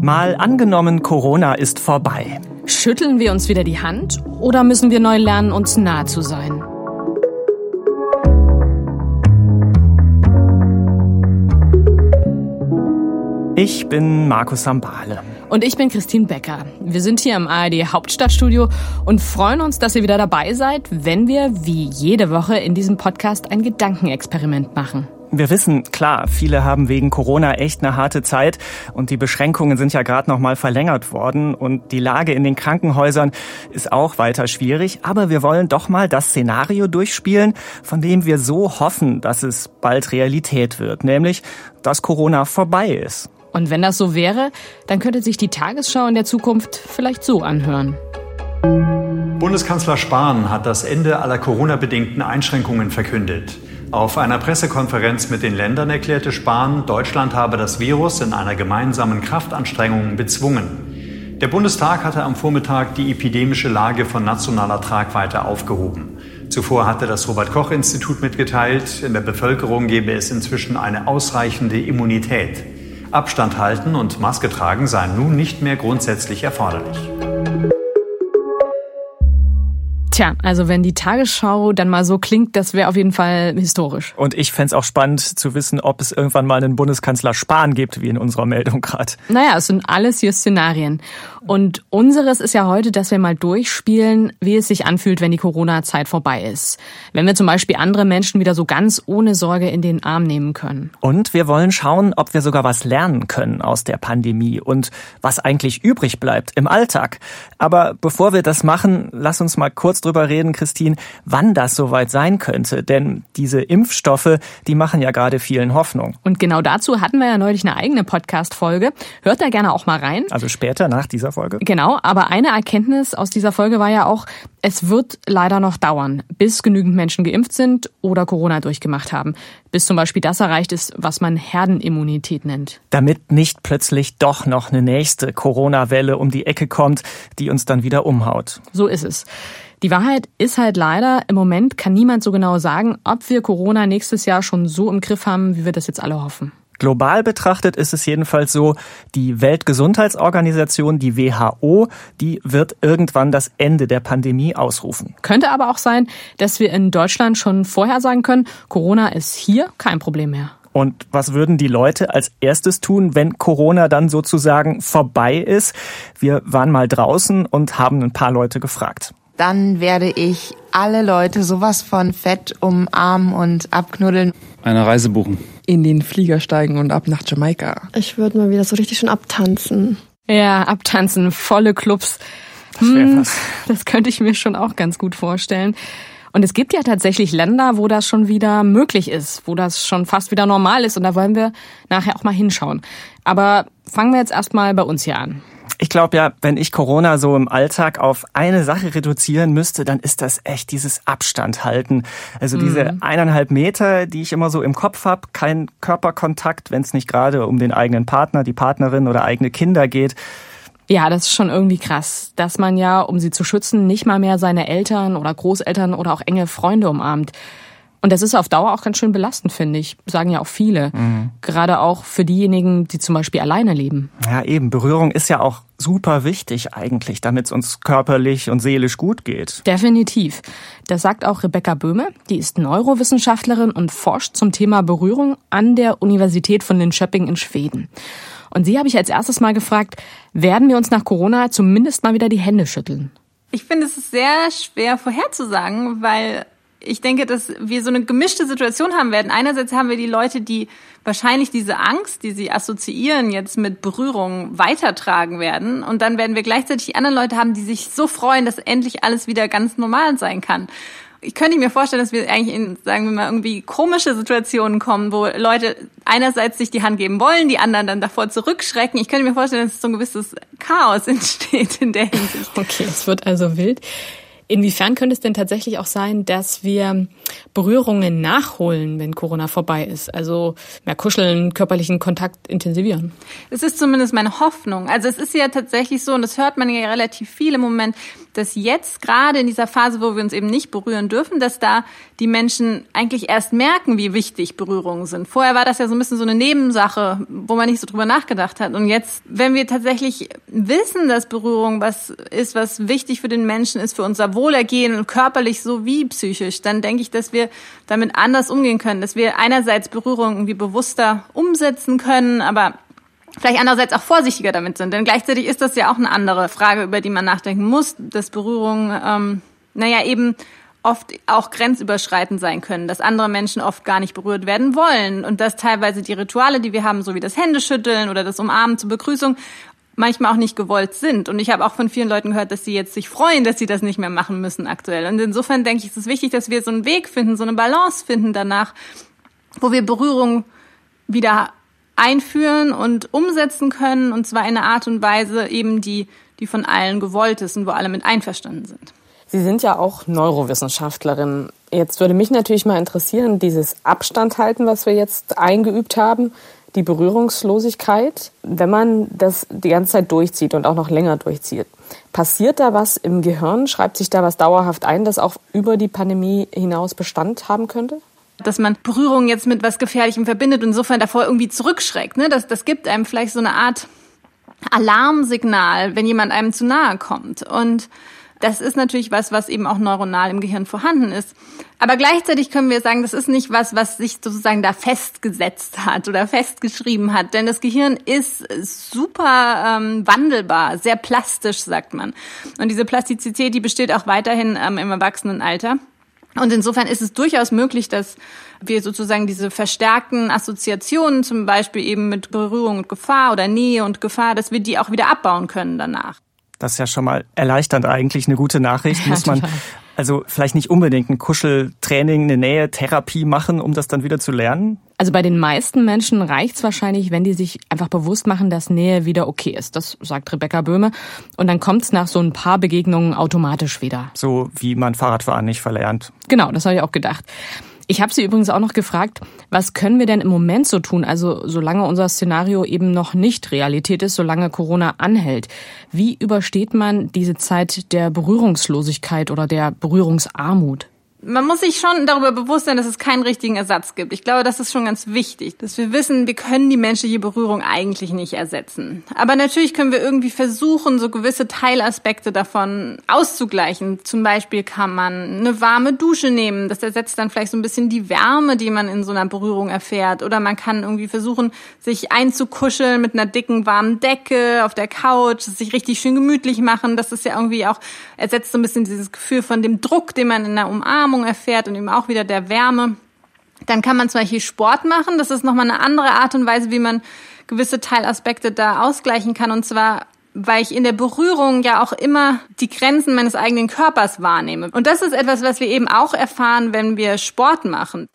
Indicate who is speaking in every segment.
Speaker 1: Mal angenommen, Corona ist vorbei.
Speaker 2: Schütteln wir uns wieder die Hand oder müssen wir neu lernen, uns nahe zu sein?
Speaker 1: Ich bin Markus Sambale.
Speaker 2: Und ich bin Christine Becker. Wir sind hier im ARD Hauptstadtstudio und freuen uns, dass ihr wieder dabei seid, wenn wir wie jede Woche in diesem Podcast ein Gedankenexperiment machen.
Speaker 1: Wir wissen, klar, viele haben wegen Corona echt eine harte Zeit und die Beschränkungen sind ja gerade noch mal verlängert worden und die Lage in den Krankenhäusern ist auch weiter schwierig. Aber wir wollen doch mal das Szenario durchspielen, von dem wir so hoffen, dass es bald Realität wird, nämlich, dass Corona vorbei ist.
Speaker 2: Und wenn das so wäre, dann könnte sich die Tagesschau in der Zukunft vielleicht so anhören.
Speaker 3: Bundeskanzler Spahn hat das Ende aller Corona-bedingten Einschränkungen verkündet. Auf einer Pressekonferenz mit den Ländern erklärte Spahn, Deutschland habe das Virus in einer gemeinsamen Kraftanstrengung bezwungen. Der Bundestag hatte am Vormittag die epidemische Lage von nationaler Tragweite aufgehoben. Zuvor hatte das Robert-Koch-Institut mitgeteilt, in der Bevölkerung gebe es inzwischen eine ausreichende Immunität. Abstand halten und Maske tragen seien nun nicht mehr grundsätzlich erforderlich.
Speaker 2: Tja, also wenn die Tagesschau dann mal so klingt, das wäre auf jeden Fall historisch.
Speaker 1: Und ich fänd's auch spannend zu wissen, ob es irgendwann mal einen Bundeskanzler Spahn gibt, wie in unserer Meldung gerade.
Speaker 2: Naja, es sind alles hier Szenarien. Und unseres ist ja heute, dass wir mal durchspielen, wie es sich anfühlt, wenn die Corona-Zeit vorbei ist. Wenn wir zum Beispiel andere Menschen wieder so ganz ohne Sorge in den Arm nehmen können.
Speaker 1: Und wir wollen schauen, ob wir sogar was lernen können aus der Pandemie und was eigentlich übrig bleibt im Alltag. Aber bevor wir das machen, lass uns mal kurz drüber reden, Christine, wann das soweit sein könnte. Denn diese Impfstoffe, die machen ja gerade vielen Hoffnung.
Speaker 2: Und genau dazu hatten wir ja neulich eine eigene Podcast-Folge. Hört da gerne auch mal rein.
Speaker 1: Also später nach dieser Folge.
Speaker 2: Genau, aber eine Erkenntnis aus dieser Folge war ja auch, es wird leider noch dauern, bis genügend Menschen geimpft sind oder Corona durchgemacht haben. Bis zum Beispiel das erreicht ist, was man Herdenimmunität nennt.
Speaker 1: Damit nicht plötzlich doch noch eine nächste Corona-Welle um die Ecke kommt, die uns dann wieder umhaut.
Speaker 2: So ist es. Die Wahrheit ist halt leider, im Moment kann niemand so genau sagen, ob wir Corona nächstes Jahr schon so im Griff haben, wie wir das jetzt alle hoffen.
Speaker 1: Global betrachtet ist es jedenfalls so, die Weltgesundheitsorganisation, die WHO, die wird irgendwann das Ende der Pandemie ausrufen.
Speaker 2: Könnte aber auch sein, dass wir in Deutschland schon vorher sagen können, Corona ist hier kein Problem mehr.
Speaker 1: Und was würden die Leute als erstes tun, wenn Corona dann sozusagen vorbei ist? Wir waren mal draußen und haben ein paar Leute gefragt.
Speaker 4: Dann werde ich alle Leute sowas von fett umarmen und abknuddeln.
Speaker 5: Eine Reise buchen.
Speaker 6: In den Flieger steigen und ab nach Jamaika.
Speaker 7: Ich würde mal wieder so richtig schön abtanzen.
Speaker 2: Ja, abtanzen, volle Clubs. Das könnte ich mir schon auch ganz gut vorstellen. Und es gibt ja tatsächlich Länder, wo das schon wieder möglich ist, wo das schon fast wieder normal ist. Und da wollen wir nachher auch mal hinschauen. Aber fangen wir jetzt erstmal bei uns hier an.
Speaker 1: Ich glaube ja, wenn ich Corona so im Alltag auf eine Sache reduzieren müsste, dann ist das echt dieses Abstand halten. Also diese 1,5 Meter, die ich immer so im Kopf habe, kein Körperkontakt, wenn es nicht gerade um den eigenen Partner, die Partnerin oder eigene Kinder geht.
Speaker 2: Ja, das ist schon irgendwie krass, dass man ja, um sie zu schützen, nicht mal mehr seine Eltern oder Großeltern oder auch enge Freunde umarmt. Und das ist auf Dauer auch ganz schön belastend, finde ich. Sagen ja auch viele. Gerade auch für diejenigen, die zum Beispiel alleine leben.
Speaker 1: Ja, eben. Berührung ist ja auch super wichtig eigentlich, damit es uns körperlich und seelisch gut geht.
Speaker 2: Definitiv. Das sagt auch Rebecca Böhme. Die ist Neurowissenschaftlerin und forscht zum Thema Berührung an der Universität von Linköping in Schweden. Und sie habe ich als erstes mal gefragt, werden wir uns nach Corona zumindest mal wieder die Hände schütteln?
Speaker 8: Ich finde, es ist sehr schwer vorherzusagen, weil ich denke, dass wir so eine gemischte Situation haben werden. Einerseits haben wir die Leute, die wahrscheinlich diese Angst, die sie assoziieren jetzt mit Berührung, weitertragen werden. Und dann werden wir gleichzeitig die anderen Leute haben, die sich so freuen, dass endlich alles wieder ganz normal sein kann. Ich könnte mir vorstellen, dass wir eigentlich in, sagen wir mal, irgendwie komische Situationen kommen, wo Leute einerseits sich die Hand geben wollen, die anderen dann davor zurückschrecken. Ich könnte mir vorstellen, dass so ein gewisses Chaos entsteht in der Hinsicht.
Speaker 2: Okay, es wird also wild. Inwiefern könnte es denn tatsächlich auch sein, dass wir Berührungen nachholen, wenn Corona vorbei ist? Also mehr kuscheln, körperlichen Kontakt intensivieren?
Speaker 8: Es ist zumindest meine Hoffnung. Also es ist ja tatsächlich so, und das hört man ja relativ viel im Moment, dass jetzt gerade in dieser Phase, wo wir uns eben nicht berühren dürfen, dass da die Menschen eigentlich erst merken, wie wichtig Berührungen sind. Vorher war das ja so ein bisschen so eine Nebensache, wo man nicht so drüber nachgedacht hat. Und jetzt, wenn wir tatsächlich wissen, dass Berührung was ist, was wichtig für den Menschen ist, für unser Wohlergehen, körperlich sowie psychisch, dann denke ich, dass wir damit anders umgehen können, dass wir einerseits Berührung irgendwie bewusster umsetzen können, aber vielleicht andererseits auch vorsichtiger damit sind. Denn gleichzeitig ist das ja auch eine andere Frage, über die man nachdenken muss, dass Berührungen, eben oft auch grenzüberschreitend sein können, dass andere Menschen oft gar nicht berührt werden wollen und dass teilweise die Rituale, die wir haben, so wie das Händeschütteln oder das Umarmen zur Begrüßung, manchmal auch nicht gewollt sind. Und ich habe auch von vielen Leuten gehört, dass sie jetzt sich freuen, dass sie das nicht mehr machen müssen aktuell. Und insofern denke ich, es ist wichtig, dass wir so einen Weg finden, so eine Balance finden danach, wo wir Berührung wieder einführen und umsetzen können, und zwar in einer Art und Weise eben, die von allen gewollt ist und wo alle mit einverstanden sind.
Speaker 2: Sie sind ja auch Neurowissenschaftlerin. Jetzt würde mich natürlich mal interessieren, dieses Abstand halten, was wir jetzt eingeübt haben, die Berührungslosigkeit, wenn man das die ganze Zeit durchzieht und auch noch länger durchzieht. Passiert da was im Gehirn? Schreibt sich da was dauerhaft ein, das auch über die Pandemie hinaus Bestand haben könnte?
Speaker 8: Dass man Berührung jetzt mit was Gefährlichem verbindet und insofern davor irgendwie zurückschreckt. Ne? Das gibt einem vielleicht so eine Art Alarmsignal, wenn jemand einem zu nahe kommt. Und das ist natürlich was eben auch neuronal im Gehirn vorhanden ist. Aber gleichzeitig können wir sagen, das ist nicht was sich sozusagen da festgesetzt hat oder festgeschrieben hat. Denn das Gehirn ist super wandelbar, sehr plastisch, sagt man. Und diese Plastizität, die besteht auch weiterhin im Erwachsenenalter. Und insofern ist es durchaus möglich, dass wir sozusagen diese verstärkten Assoziationen, zum Beispiel eben mit Berührung und Gefahr oder Nähe und Gefahr, dass wir die auch wieder abbauen können danach.
Speaker 1: Das ist ja schon mal erleichternd eigentlich, eine gute Nachricht. Muss man also vielleicht nicht unbedingt ein Kuscheltraining, eine Nähe-Therapie machen, um das dann wieder zu lernen?
Speaker 2: Also bei den meisten Menschen reicht's wahrscheinlich, wenn die sich einfach bewusst machen, dass Nähe wieder okay ist. Das sagt Rebecca Böhme. Und dann kommt's nach so ein paar Begegnungen automatisch wieder.
Speaker 1: So wie man Fahrradfahren nicht verlernt.
Speaker 2: Genau, das habe ich auch gedacht. Ich habe sie übrigens auch noch gefragt, was können wir denn im Moment so tun, also solange unser Szenario eben noch nicht Realität ist, solange Corona anhält. Wie übersteht man diese Zeit der Berührungslosigkeit oder der Berührungsarmut?
Speaker 8: Man muss sich schon darüber bewusst sein, dass es keinen richtigen Ersatz gibt. Ich glaube, das ist schon ganz wichtig, dass wir wissen, wir können die menschliche Berührung eigentlich nicht ersetzen. Aber natürlich können wir irgendwie versuchen, so gewisse Teilaspekte davon auszugleichen. Zum Beispiel kann man eine warme Dusche nehmen. Das ersetzt dann vielleicht so ein bisschen die Wärme, die man in so einer Berührung erfährt. Oder man kann irgendwie versuchen, sich einzukuscheln mit einer dicken, warmen Decke auf der Couch, sich richtig schön gemütlich machen. Das ist ja irgendwie auch, ersetzt so ein bisschen dieses Gefühl von dem Druck, den man in der Umarmung erfährt und eben auch wieder der Wärme. Dann kann man zum Beispiel Sport machen. Das ist nochmal eine andere Art und Weise, wie man gewisse Teilaspekte da ausgleichen kann. Und zwar, weil ich in der Berührung ja auch immer die Grenzen meines eigenen Körpers wahrnehme. Und das ist etwas, was wir eben auch erfahren, wenn wir Sport machen.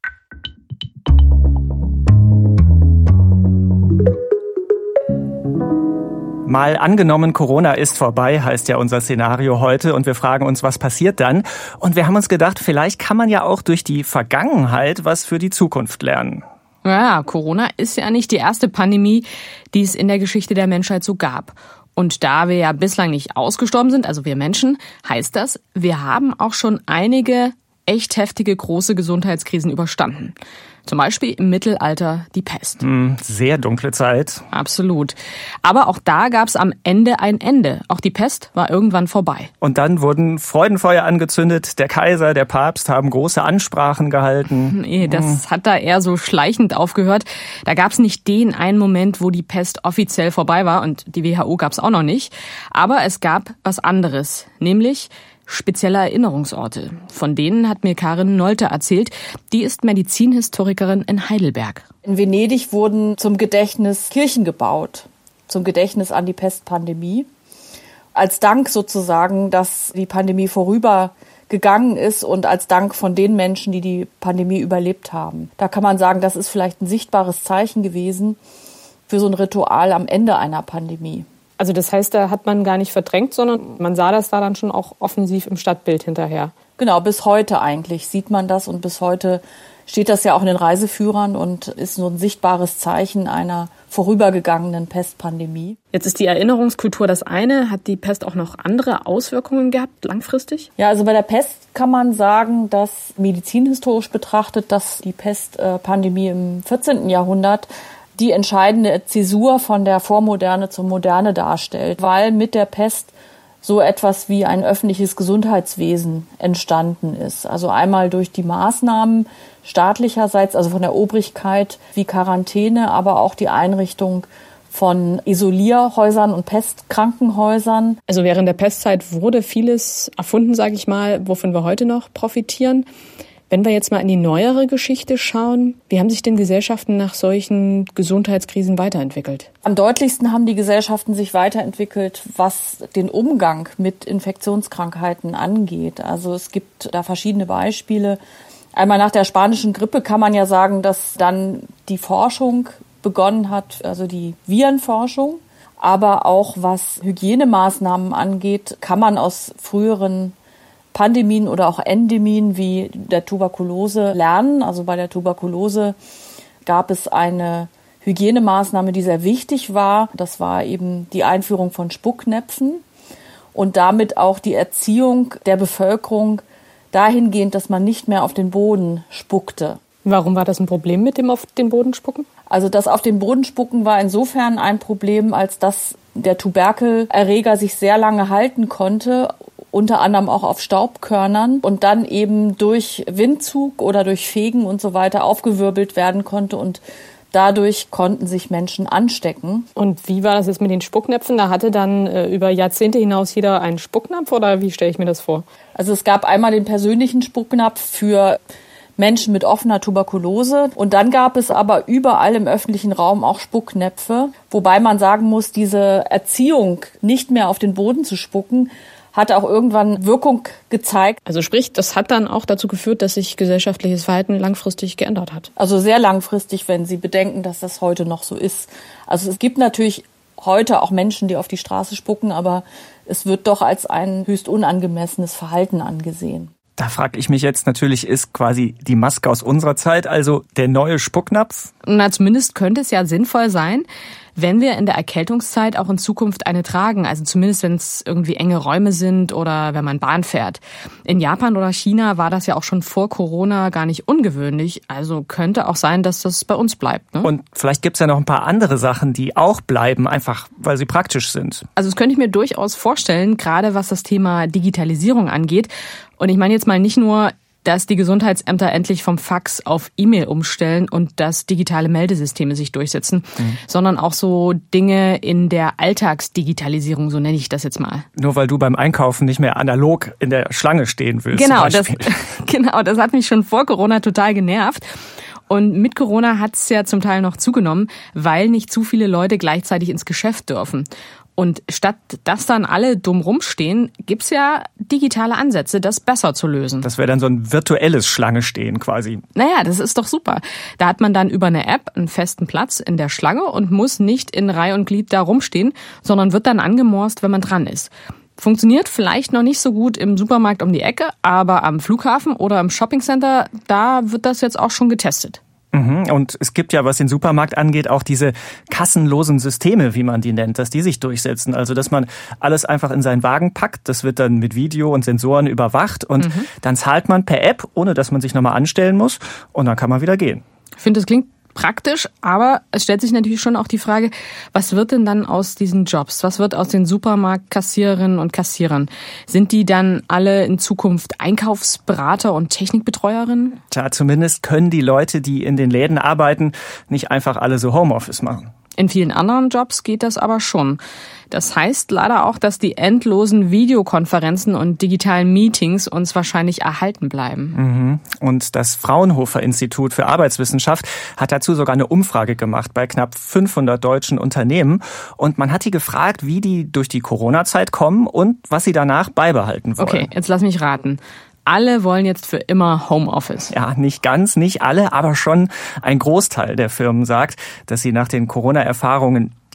Speaker 1: Mal angenommen, Corona ist vorbei, heißt ja unser Szenario heute, und wir fragen uns, was passiert dann? Und wir haben uns gedacht, vielleicht kann man ja auch durch die Vergangenheit was für die Zukunft lernen.
Speaker 2: Ja, Corona ist ja nicht die erste Pandemie, die es in der Geschichte der Menschheit so gab. Und da wir ja bislang nicht ausgestorben sind, also wir Menschen, heißt das, wir haben auch schon einige echt heftige große Gesundheitskrisen überstanden. Zum Beispiel im Mittelalter die Pest.
Speaker 1: Sehr dunkle Zeit.
Speaker 2: Absolut. Aber auch da gab es am Ende ein Ende. Auch die Pest war irgendwann vorbei.
Speaker 1: Und dann wurden Freudenfeuer angezündet. Der Kaiser, der Papst haben große Ansprachen gehalten.
Speaker 2: Nee, das hat da eher so schleichend aufgehört. Da gab es nicht den einen Moment, wo die Pest offiziell vorbei war. Und die WHO gab es auch noch nicht. Aber es gab was anderes. Nämlich spezielle Erinnerungsorte. Von denen hat mir Karin Nolte erzählt. Die ist Medizinhistorikerin in Heidelberg.
Speaker 5: In Venedig wurden zum Gedächtnis Kirchen gebaut, zum Gedächtnis an die Pestpandemie. Als Dank sozusagen, dass die Pandemie vorübergegangen ist und als Dank von den Menschen, die die Pandemie überlebt haben. Da kann man sagen, das ist vielleicht ein sichtbares Zeichen gewesen für so ein Ritual am Ende einer Pandemie.
Speaker 2: Also das heißt, da hat man gar nicht verdrängt, sondern man sah das da dann schon auch offensiv im Stadtbild hinterher.
Speaker 5: Genau, bis heute eigentlich sieht man das und bis heute steht das ja auch in den Reiseführern und ist so ein sichtbares Zeichen einer vorübergegangenen Pestpandemie.
Speaker 2: Jetzt ist die Erinnerungskultur das eine. Hat die Pest auch noch andere Auswirkungen gehabt, langfristig?
Speaker 5: Ja, also bei der Pest kann man sagen, dass medizinhistorisch betrachtet, dass die Pestpandemie im 14. Jahrhundert die entscheidende Zäsur von der Vormoderne zur Moderne darstellt, weil mit der Pest so etwas wie ein öffentliches Gesundheitswesen entstanden ist. Also einmal durch die Maßnahmen staatlicherseits, also von der Obrigkeit wie Quarantäne, aber auch die Einrichtung von Isolierhäusern und Pestkrankenhäusern.
Speaker 2: Also während der Pestzeit wurde vieles erfunden, sage ich mal, wovon wir heute noch profitieren. Wenn wir jetzt mal in die neuere Geschichte schauen, wie haben sich denn Gesellschaften nach solchen Gesundheitskrisen weiterentwickelt?
Speaker 5: Am deutlichsten haben die Gesellschaften sich weiterentwickelt, was den Umgang mit Infektionskrankheiten angeht. Also es gibt da verschiedene Beispiele. Einmal nach der spanischen Grippe kann man ja sagen, dass dann die Forschung begonnen hat, also die Virenforschung. Aber auch was Hygienemaßnahmen angeht, kann man aus früheren Pandemien oder auch Endemien wie der Tuberkulose lernen. Also bei der Tuberkulose gab es eine Hygienemaßnahme, die sehr wichtig war. Das war eben die Einführung von Spucknäpfen und damit auch die Erziehung der Bevölkerung dahingehend, dass man nicht mehr auf den Boden spuckte.
Speaker 2: Warum war das ein Problem mit dem auf den Boden spucken?
Speaker 5: Also das auf den Boden spucken war insofern ein Problem, als dass der Tuberkelerreger sich sehr lange halten konnte, unter anderem auch auf Staubkörnern und dann eben durch Windzug oder durch Fegen und so weiter aufgewirbelt werden konnte und dadurch konnten sich Menschen anstecken.
Speaker 2: Und wie war das jetzt mit den Spucknäpfen? Da hatte dann über Jahrzehnte hinaus jeder einen Spucknapf oder wie stelle ich mir das vor?
Speaker 5: Also es gab einmal den persönlichen Spucknapf für Menschen mit offener Tuberkulose. Und dann gab es aber überall im öffentlichen Raum auch Spucknäpfe. Wobei man sagen muss, diese Erziehung, nicht mehr auf den Boden zu spucken, hat auch irgendwann Wirkung gezeigt.
Speaker 2: Also sprich, das hat dann auch dazu geführt, dass sich gesellschaftliches Verhalten langfristig geändert hat.
Speaker 5: Also sehr langfristig, wenn Sie bedenken, dass das heute noch so ist. Also es gibt natürlich heute auch Menschen, die auf die Straße spucken, aber es wird doch als ein höchst unangemessenes Verhalten angesehen.
Speaker 1: Da frage ich mich jetzt natürlich, ist quasi die Maske aus unserer Zeit also der neue Spucknapf?
Speaker 2: Na, zumindest könnte es ja sinnvoll sein, wenn wir in der Erkältungszeit auch in Zukunft eine tragen. Also zumindest, wenn es irgendwie enge Räume sind oder wenn man Bahn fährt. In Japan oder China war das ja auch schon vor Corona gar nicht ungewöhnlich. Also könnte auch sein, dass das bei uns bleibt. Ne?
Speaker 1: Und vielleicht gibt's ja noch ein paar andere Sachen, die auch bleiben, einfach weil sie praktisch sind.
Speaker 2: Also das könnte ich mir durchaus vorstellen, gerade was das Thema Digitalisierung angeht. Und ich meine jetzt mal nicht nur, dass die Gesundheitsämter endlich vom Fax auf E-Mail umstellen und dass digitale Meldesysteme sich durchsetzen, sondern auch so Dinge in der Alltagsdigitalisierung, so nenne ich das jetzt mal.
Speaker 1: Nur weil du beim Einkaufen nicht mehr analog in der Schlange stehen willst.
Speaker 2: Genau, das hat mich schon vor Corona total genervt. Und mit Corona hat es ja zum Teil noch zugenommen, weil nicht zu viele Leute gleichzeitig ins Geschäft dürfen. Und statt dass dann alle dumm rumstehen, gibt's ja digitale Ansätze, das besser zu lösen.
Speaker 1: Das wäre dann so ein virtuelles Schlange-Stehen quasi.
Speaker 2: Naja, das ist doch super. Da hat man dann über eine App einen festen Platz in der Schlange und muss nicht in Reih und Glied da rumstehen, sondern wird dann angemorst, wenn man dran ist. Funktioniert vielleicht noch nicht so gut im Supermarkt um die Ecke, aber am Flughafen oder im Shoppingcenter, da wird das jetzt auch schon getestet.
Speaker 1: Und es gibt ja, was den Supermarkt angeht, auch diese kassenlosen Systeme, wie man die nennt, dass die sich durchsetzen. Also, dass man alles einfach in seinen Wagen packt, das wird dann mit Video und Sensoren überwacht und dann zahlt man per App, ohne dass man sich nochmal anstellen muss und dann kann man wieder gehen.
Speaker 2: Ich finde, das klingt praktisch, aber es stellt sich natürlich schon auch die Frage, was wird denn dann aus diesen Jobs? Was wird aus den Supermarktkassiererinnen und Kassierern? Sind die dann alle in Zukunft Einkaufsberater und Technikbetreuerinnen?
Speaker 1: Tja, zumindest können die Leute, die in den Läden arbeiten, nicht einfach alle so Homeoffice machen.
Speaker 2: In vielen anderen Jobs geht das aber schon. Das heißt leider auch, dass die endlosen Videokonferenzen und digitalen Meetings uns wahrscheinlich erhalten bleiben.
Speaker 1: Und das Fraunhofer-Institut für Arbeitswissenschaft hat dazu sogar eine Umfrage gemacht bei knapp 500 deutschen Unternehmen. Und man hat die gefragt, wie die durch die Corona-Zeit kommen und was sie danach beibehalten wollen.
Speaker 2: Okay, jetzt lass mich raten. Alle wollen jetzt für immer Homeoffice.
Speaker 1: Ja, nicht ganz, nicht alle, aber schon ein Großteil der Firmen sagt, dass sie nach den Corona-Erfahrungen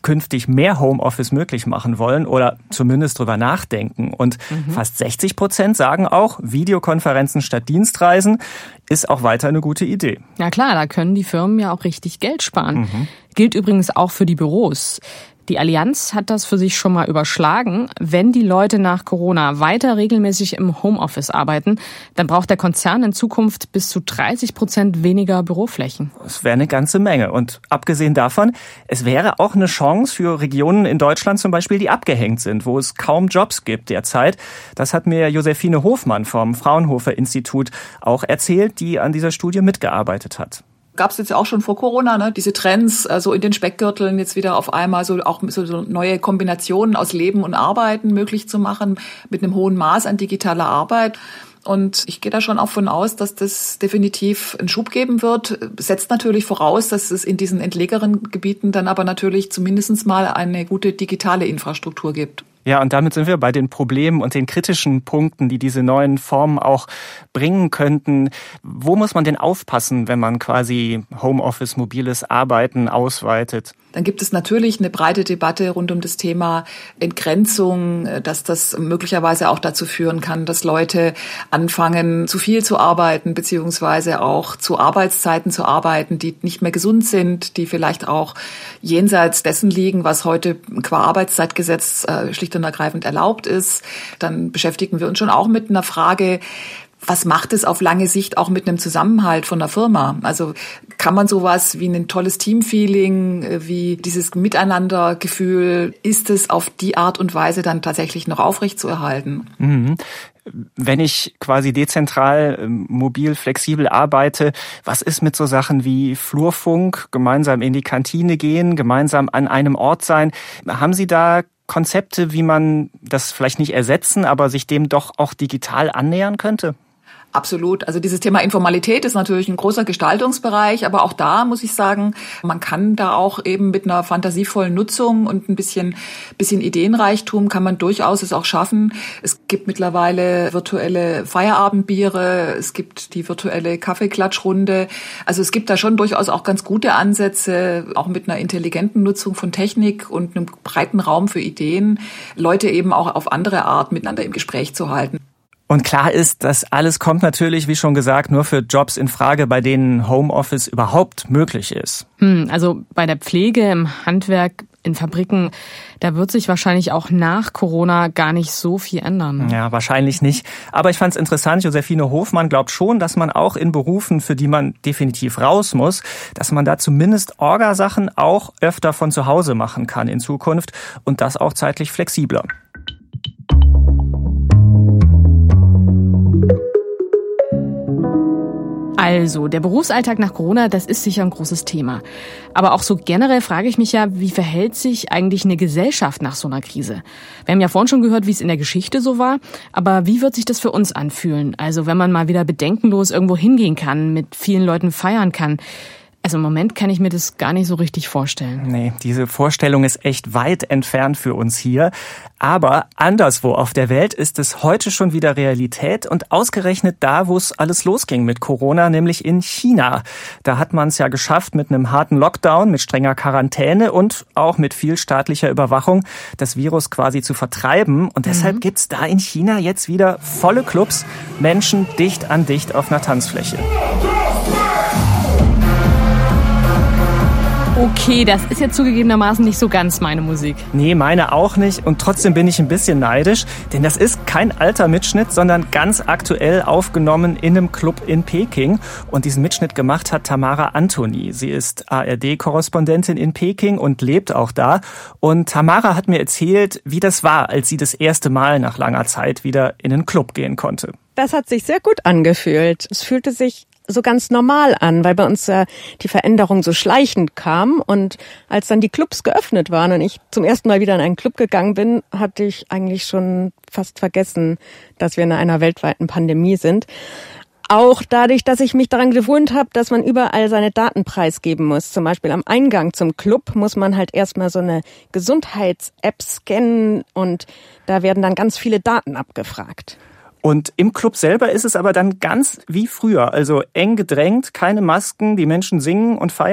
Speaker 1: künftig mehr Homeoffice möglich machen wollen oder zumindest drüber nachdenken. Und fast 60% sagen auch, Videokonferenzen statt Dienstreisen ist auch weiter eine gute Idee.
Speaker 2: Ja klar, da können die Firmen ja auch richtig Geld sparen. Gilt übrigens auch für die Büros. Die Allianz hat das für sich schon mal überschlagen. Wenn die Leute nach Corona weiter regelmäßig im Homeoffice arbeiten, dann braucht der Konzern in Zukunft bis zu 30% weniger Büroflächen.
Speaker 1: Das wäre eine ganze Menge. Und abgesehen davon, es wäre auch eine Chance für Regionen in Deutschland zum Beispiel, die abgehängt sind, wo es kaum Jobs gibt derzeit. Das hat mir Josephine Hofmann vom Fraunhofer Institut auch erzählt, die an dieser Studie mitgearbeitet hat.
Speaker 9: Gab es jetzt ja auch schon vor Corona, ne? Diese Trends, so in den Speckgürteln jetzt wieder auf einmal so auch so neue Kombinationen aus Leben und Arbeiten möglich zu machen mit einem hohen Maß an digitaler Arbeit. Und ich gehe da schon auch von aus, dass das definitiv einen Schub geben wird. Setzt natürlich voraus, dass es in diesen entlegeneren Gebieten dann aber natürlich zumindest mal eine gute digitale Infrastruktur gibt.
Speaker 1: Ja, und damit sind wir bei den Problemen und den kritischen Punkten, die diese neuen Formen auch bringen könnten. Wo muss man denn aufpassen, wenn man quasi Homeoffice, mobiles Arbeiten ausweitet?
Speaker 9: Dann gibt es natürlich eine breite Debatte rund um das Thema Entgrenzung, dass das möglicherweise auch dazu führen kann, dass Leute anfangen, zu viel zu arbeiten, beziehungsweise auch zu Arbeitszeiten zu arbeiten, die nicht mehr gesund sind, die vielleicht auch jenseits dessen liegen, was heute qua Arbeitszeitgesetz schlicht und ergreifend erlaubt ist. Dann beschäftigen wir uns schon auch mit einer Frage, was macht es auf lange Sicht auch mit einem Zusammenhalt von einer Firma? Also kann man sowas wie ein tolles Teamfeeling, wie dieses Miteinandergefühl, ist es auf die Art und Weise dann tatsächlich noch aufrechtzuerhalten?
Speaker 1: Mhm. Wenn ich quasi dezentral, mobil, flexibel arbeite, was ist mit so Sachen wie Flurfunk, gemeinsam in die Kantine gehen, gemeinsam an einem Ort sein? Haben Sie da Konzepte, wie man das vielleicht nicht ersetzen, aber sich dem doch auch digital annähern könnte?
Speaker 9: Absolut. Also dieses Thema Informalität ist natürlich ein großer Gestaltungsbereich, aber auch da muss ich sagen, man kann da auch eben mit einer fantasievollen Nutzung und ein bisschen Ideenreichtum kann man durchaus es auch schaffen. Es gibt mittlerweile virtuelle Feierabendbiere, es gibt die virtuelle Kaffeeklatschrunde. Also es gibt da schon durchaus auch ganz gute Ansätze, auch mit einer intelligenten Nutzung von Technik und einem breiten Raum für Ideen, Leute eben auch auf andere Art miteinander im Gespräch zu halten.
Speaker 1: Und klar ist, das alles kommt natürlich, wie schon gesagt, nur für Jobs in Frage, bei denen Homeoffice überhaupt möglich ist.
Speaker 2: Also bei der Pflege, im Handwerk, in Fabriken, da wird sich wahrscheinlich auch nach Corona gar nicht so viel ändern.
Speaker 1: Ja, wahrscheinlich nicht. Aber ich fand es interessant, Josephine Hofmann glaubt schon, dass man auch in Berufen, für die man definitiv raus muss, dass man da zumindest Orga-Sachen auch öfter von zu Hause machen kann in Zukunft und das auch zeitlich flexibler.
Speaker 2: Also, der Berufsalltag nach Corona, das ist sicher ein großes Thema. Aber auch so generell frage ich mich ja, wie verhält sich eigentlich eine Gesellschaft nach so einer Krise? Wir haben ja vorhin schon gehört, wie es in der Geschichte so war. Aber wie wird sich das für uns anfühlen? Also, wenn man mal wieder bedenkenlos irgendwo hingehen kann, mit vielen Leuten feiern kann. Also im Moment kann ich mir das gar nicht so richtig vorstellen.
Speaker 1: Nee, diese Vorstellung ist echt weit entfernt für uns hier. Aber anderswo auf der Welt ist es heute schon wieder Realität und ausgerechnet da, wo es alles losging mit Corona, nämlich in China. Da hat man es ja geschafft, mit einem harten Lockdown, mit strenger Quarantäne und auch mit viel staatlicher Überwachung das Virus quasi zu vertreiben. Und deshalb gibt's da in China jetzt wieder volle Clubs, Menschen dicht an dicht auf einer Tanzfläche.
Speaker 2: Okay, das ist jetzt zugegebenermaßen nicht so ganz meine Musik.
Speaker 1: Nee, meine auch nicht. Und trotzdem bin ich ein bisschen neidisch, denn das ist kein alter Mitschnitt, sondern ganz aktuell aufgenommen in einem Club in Peking. Und diesen Mitschnitt gemacht hat Tamara Antoni. Sie ist ARD-Korrespondentin in Peking und lebt auch da. Und Tamara hat mir erzählt, wie das war, als sie das erste Mal nach langer Zeit wieder in einen Club gehen konnte.
Speaker 10: Das hat sich sehr gut angefühlt. Es fühlte sich so ganz normal an, weil bei uns die Veränderung so schleichend kam. Und als dann die Clubs geöffnet waren und ich zum ersten Mal wieder in einen Club gegangen bin, hatte ich eigentlich schon fast vergessen, dass wir in einer weltweiten Pandemie sind. Auch dadurch, dass ich mich daran gewöhnt habe, dass man überall seine Daten preisgeben muss. Zum Beispiel am Eingang zum Club muss man halt erstmal so eine Gesundheits-App scannen und da werden dann ganz viele Daten abgefragt.
Speaker 1: Und im Club selber ist es aber dann ganz wie früher, also eng gedrängt, keine Masken, die Menschen singen und feiern?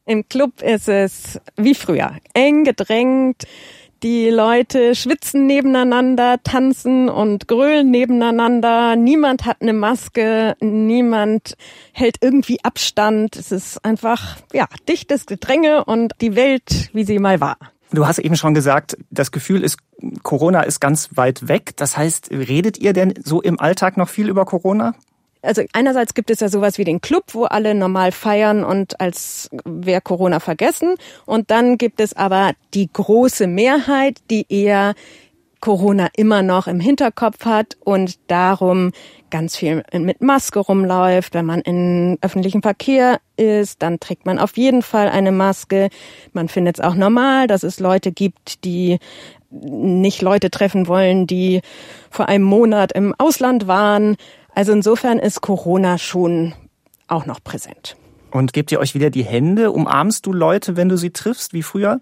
Speaker 10: Im Club ist es wie früher, eng gedrängt. Die Leute schwitzen nebeneinander, tanzen und grölen nebeneinander. Niemand hat eine Maske, niemand hält irgendwie Abstand. Es ist einfach, dichtes Gedränge und die Welt, wie sie mal war.
Speaker 1: Du hast eben schon gesagt, das Gefühl ist, Corona ist ganz weit weg. Das heißt, redet ihr denn so im Alltag noch viel über Corona?
Speaker 10: Also einerseits gibt es ja sowas wie den Club, wo alle normal feiern und als wäre Corona vergessen. Und dann gibt es aber die große Mehrheit, die eher Corona immer noch im Hinterkopf hat und darum ganz viel mit Maske rumläuft. Wenn man in öffentlichem Verkehr ist, dann trägt man auf jeden Fall eine Maske. Man findet es auch normal, dass es Leute gibt, die nicht Leute treffen wollen, die vor einem Monat im Ausland waren. Also insofern ist Corona schon auch noch präsent.
Speaker 1: Und gebt ihr euch wieder die Hände? Umarmst du Leute, wenn du sie triffst, wie früher?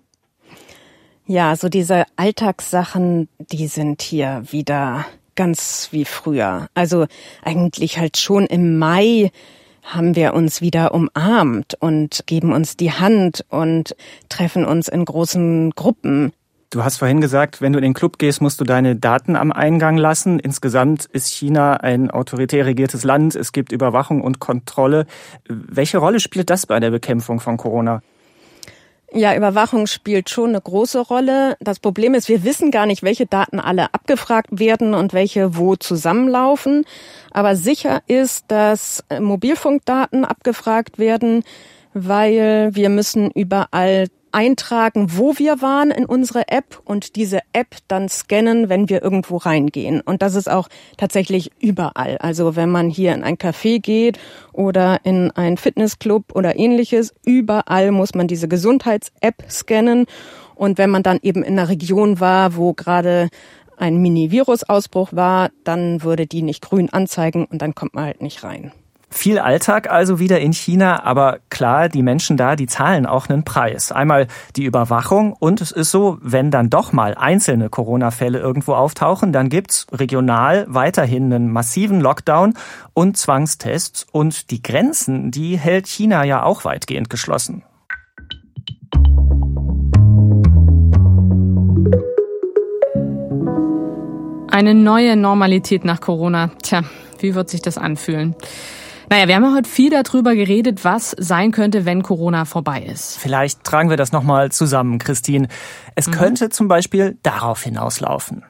Speaker 10: Ja, so diese Alltagssachen, die sind hier wieder ganz wie früher. Also eigentlich halt schon im Mai haben wir uns wieder umarmt und geben uns die Hand und treffen uns in großen Gruppen.
Speaker 1: Du hast vorhin gesagt, wenn du in den Club gehst, musst du deine Daten am Eingang lassen. Insgesamt ist China ein autoritär regiertes Land. Es gibt Überwachung und Kontrolle. Welche Rolle spielt das bei der Bekämpfung von Corona?
Speaker 10: Ja, Überwachung spielt schon eine große Rolle. Das Problem ist, wir wissen gar nicht, welche Daten alle abgefragt werden und welche wo zusammenlaufen. Aber sicher ist, dass Mobilfunkdaten abgefragt werden, weil wir müssen überall eintragen, wo wir waren in unsere App und diese App dann scannen, wenn wir irgendwo reingehen. Und das ist auch tatsächlich überall. Also wenn man hier in ein Café geht oder in einen Fitnessclub oder ähnliches, überall muss man diese Gesundheits-App scannen. Und wenn man dann eben in einer Region war, wo gerade ein Mini-Virus-Ausbruch war, dann würde die nicht grün anzeigen und dann kommt man halt nicht rein.
Speaker 1: Viel Alltag also wieder in China, aber klar, die Menschen da, die zahlen auch einen Preis. Einmal die Überwachung und es ist so, wenn dann doch mal einzelne Corona-Fälle irgendwo auftauchen, dann gibt's regional weiterhin einen massiven Lockdown und Zwangstests und die Grenzen, die hält China ja auch weitgehend geschlossen.
Speaker 2: Eine neue Normalität nach Corona. Tja, wie wird sich das anfühlen? Naja, wir haben ja heute viel darüber geredet, was sein könnte, wenn Corona vorbei ist.
Speaker 1: Vielleicht tragen wir das nochmal zusammen, Christine. Es könnte zum Beispiel darauf hinauslaufen.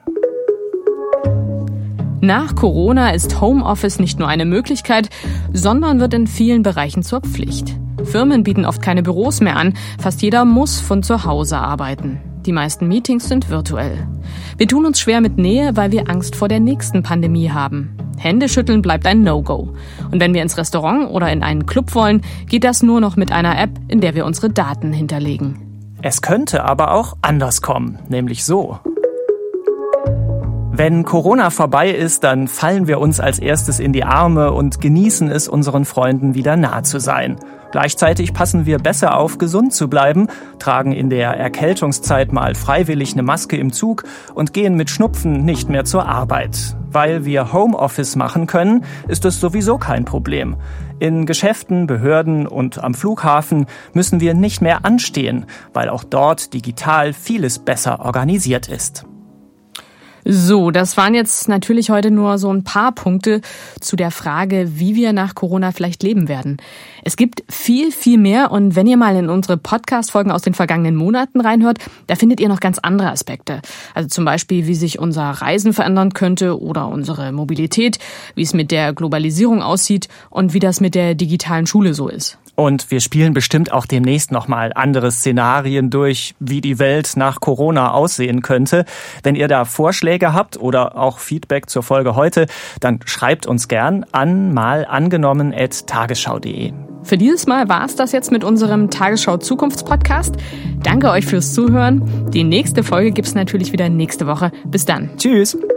Speaker 2: Nach Corona ist Homeoffice nicht nur eine Möglichkeit, sondern wird in vielen Bereichen zur Pflicht. Firmen bieten oft keine Büros mehr an. Fast jeder muss von zu Hause arbeiten. Die meisten Meetings sind virtuell. Wir tun uns schwer mit Nähe, weil wir Angst vor der nächsten Pandemie haben. Händeschütteln bleibt ein No-Go. Und wenn wir ins Restaurant oder in einen Club wollen, geht das nur noch mit einer App, in der wir unsere Daten hinterlegen.
Speaker 1: Es könnte aber auch anders kommen, nämlich so. Wenn Corona vorbei ist, dann fallen wir uns als erstes in die Arme und genießen es, unseren Freunden wieder nah zu sein. Gleichzeitig passen wir besser auf, gesund zu bleiben, tragen in der Erkältungszeit mal freiwillig eine Maske im Zug und gehen mit Schnupfen nicht mehr zur Arbeit. Weil wir Homeoffice machen können, ist es sowieso kein Problem. In Geschäften, Behörden und am Flughafen müssen wir nicht mehr anstehen, weil auch dort digital vieles besser organisiert ist.
Speaker 2: So, das waren jetzt natürlich heute nur so ein paar Punkte zu der Frage, wie wir nach Corona vielleicht leben werden. Es gibt viel, viel mehr und wenn ihr mal in unsere Podcast-Folgen aus den vergangenen Monaten reinhört, da findet ihr noch ganz andere Aspekte. Also zum Beispiel, wie sich unser Reisen verändern könnte oder unsere Mobilität, wie es mit der Globalisierung aussieht und wie das mit der digitalen Schule so ist.
Speaker 1: Und wir spielen bestimmt auch demnächst nochmal andere Szenarien durch, wie die Welt nach Corona aussehen könnte. Wenn ihr da Vorschläge habt oder auch Feedback zur Folge heute, dann schreibt uns gern an malangenommen@tagesschau.de.
Speaker 2: Für dieses Mal war es das jetzt mit unserem Tagesschau Zukunftspodcast. Danke euch fürs Zuhören. Die nächste Folge gibt's natürlich wieder nächste Woche. Bis dann.
Speaker 1: Tschüss.